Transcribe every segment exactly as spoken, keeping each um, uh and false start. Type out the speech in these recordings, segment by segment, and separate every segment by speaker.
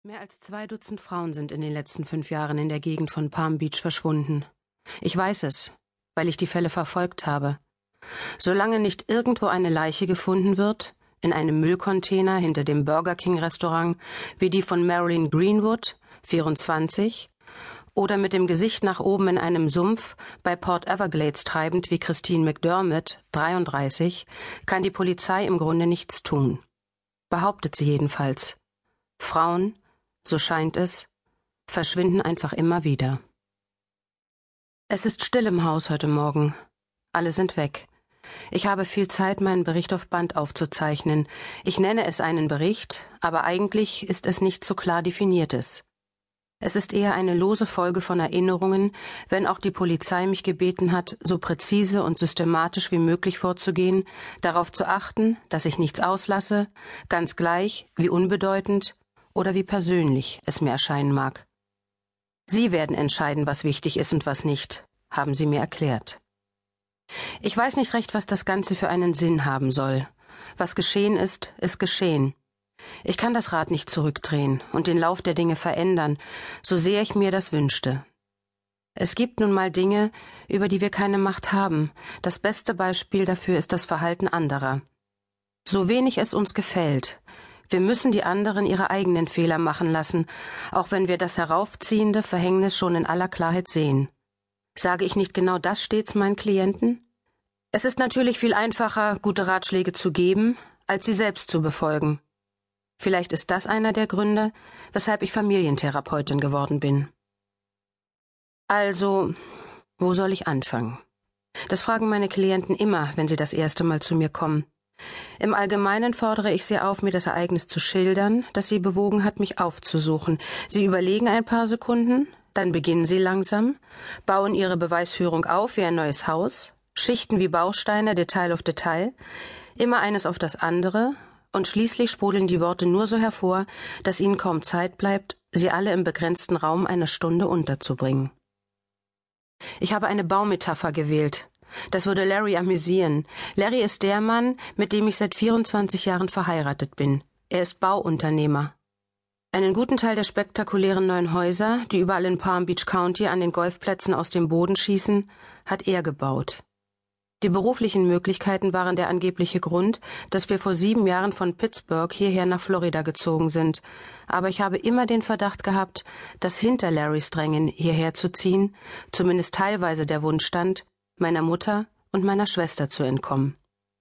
Speaker 1: Mehr als zwei Dutzend Frauen sind in den letzten fünf Jahren in der Gegend von Palm Beach verschwunden. Ich weiß es, weil ich die Fälle verfolgt habe. Solange nicht irgendwo eine Leiche gefunden wird, in einem Müllcontainer hinter dem Burger King-Restaurant, wie die von Marilyn Greenwood, vierundzwanzig, oder mit dem Gesicht nach oben in einem Sumpf bei Port Everglades treibend wie Christine McDermott, dreiunddreißig, kann die Polizei im Grunde nichts tun. Behauptet sie jedenfalls. Frauen, so scheint es, verschwinden einfach immer wieder. Es ist still im Haus heute Morgen. Alle sind weg. Ich habe viel Zeit, meinen Bericht auf Band aufzuzeichnen. Ich nenne es einen Bericht, aber eigentlich ist es nichts so klar Definiertes. Es ist eher eine lose Folge von Erinnerungen, wenn auch die Polizei mich gebeten hat, so präzise und systematisch wie möglich vorzugehen, darauf zu achten, dass ich nichts auslasse, ganz gleich, wie unbedeutend oder wie persönlich es mir erscheinen mag. Sie werden entscheiden, was wichtig ist und was nicht, haben sie mir erklärt. Ich weiß nicht recht, was das Ganze für einen Sinn haben soll. Was geschehen ist, ist geschehen. Ich kann das Rad nicht zurückdrehen und den Lauf der Dinge verändern, so sehr ich mir das wünschte. Es gibt nun mal Dinge, über die wir keine Macht haben. Das beste Beispiel dafür ist das Verhalten anderer. So wenig es uns gefällt, wir müssen die anderen ihre eigenen Fehler machen lassen, auch wenn wir das heraufziehende Verhängnis schon in aller Klarheit sehen. Sage ich nicht genau das stets meinen Klienten? Es ist natürlich viel einfacher, gute Ratschläge zu geben, als sie selbst zu befolgen. Vielleicht ist das einer der Gründe, weshalb ich Familientherapeutin geworden bin. Also, wo soll ich anfangen? Das fragen meine Klienten immer, wenn sie das erste Mal zu mir kommen. Im Allgemeinen fordere ich sie auf, mir das Ereignis zu schildern, das sie bewogen hat, mich aufzusuchen. Sie überlegen ein paar Sekunden, dann beginnen sie langsam, bauen ihre Beweisführung auf wie ein neues Haus, schichten wie Bausteine Detail auf Detail, immer eines auf das andere, und schließlich sprudeln die Worte nur so hervor, dass ihnen kaum Zeit bleibt, sie alle im begrenzten Raum einer Stunde unterzubringen. Ich habe eine Baumetapher gewählt. Das würde Larry amüsieren. Larry ist der Mann, mit dem ich seit vierundzwanzig Jahren verheiratet bin. Er ist Bauunternehmer. Einen guten Teil der spektakulären neuen Häuser, die überall in Palm Beach County an den Golfplätzen aus dem Boden schießen, hat er gebaut. Die beruflichen Möglichkeiten waren der angebliche Grund, dass wir vor sieben Jahren von Pittsburgh hierher nach Florida gezogen sind. Aber ich habe immer den Verdacht gehabt, dass hinter Larrys Drängen, hierher zu ziehen, zumindest teilweise der Wunsch stand, meiner Mutter und meiner Schwester zu entkommen.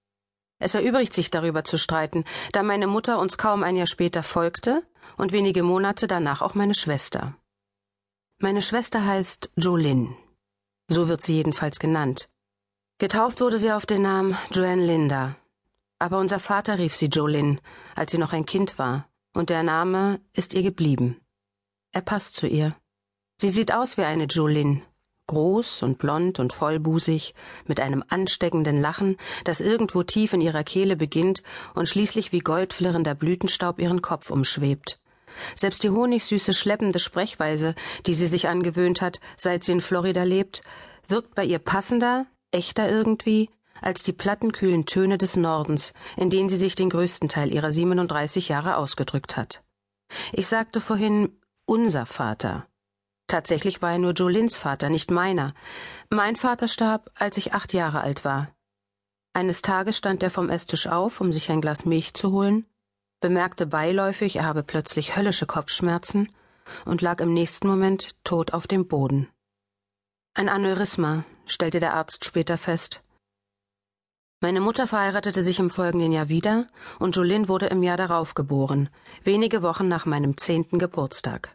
Speaker 1: Es erübrigt sich darüber zu streiten, da meine Mutter uns kaum ein Jahr später folgte und wenige Monate danach auch meine Schwester. Meine Schwester heißt Jolynn. So wird sie jedenfalls genannt. Getauft wurde sie auf den Namen Joanne Linda. Aber unser Vater rief sie Jolynn, als sie noch ein Kind war, und der Name ist ihr geblieben. Er passt zu ihr. Sie sieht aus wie eine Jolynn, groß und blond und vollbusig, mit einem ansteckenden Lachen, das irgendwo tief in ihrer Kehle beginnt und schließlich wie goldflirrender Blütenstaub ihren Kopf umschwebt. Selbst die honigsüße, schleppende Sprechweise, die sie sich angewöhnt hat, seit sie in Florida lebt, wirkt bei ihr passender, echter irgendwie, als die plattenkühlen Töne des Nordens, in denen sie sich den größten Teil ihrer siebenunddreißig Jahre ausgedrückt hat. Ich sagte vorhin, unser Vater. Tatsächlich war er nur Jolynns Vater, nicht meiner. Mein Vater starb, als ich acht Jahre alt war. Eines Tages stand er vom Esstisch auf, um sich ein Glas Milch zu holen, bemerkte beiläufig, er habe plötzlich höllische Kopfschmerzen und lag im nächsten Moment tot auf dem Boden. Ein Aneurysma, stellte der Arzt später fest. Meine Mutter verheiratete sich im folgenden Jahr wieder und Jolynn wurde im Jahr darauf geboren, wenige Wochen nach meinem zehnten Geburtstag.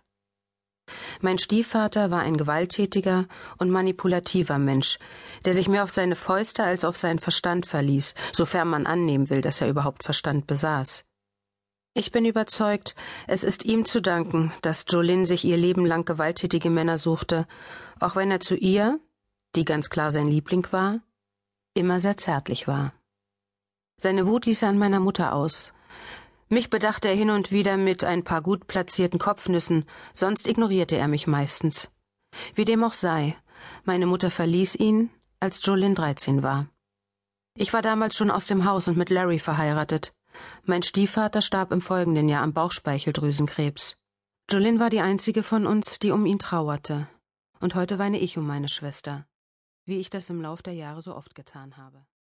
Speaker 1: Mein Stiefvater war ein gewalttätiger und manipulativer Mensch, der sich mehr auf seine Fäuste als auf seinen Verstand verließ, sofern man annehmen will, dass er überhaupt Verstand besaß. Ich bin überzeugt, es ist ihm zu danken, dass Jolynn sich ihr Leben lang gewalttätige Männer suchte, auch wenn er zu ihr, die ganz klar sein Liebling war, immer sehr zärtlich war. Seine Wut ließ er an meiner Mutter aus. Mich bedachte er hin und wieder mit ein paar gut platzierten Kopfnüssen, sonst ignorierte er mich meistens. Wie dem auch sei, meine Mutter verließ ihn, als Jolynn dreizehn war. Ich war damals schon aus dem Haus und mit Larry verheiratet. Mein Stiefvater starb im folgenden Jahr am Bauchspeicheldrüsenkrebs. Julien war die einzige von uns, die um ihn trauerte. Und heute weine ich um meine Schwester, wie ich das im Lauf der Jahre so oft getan habe.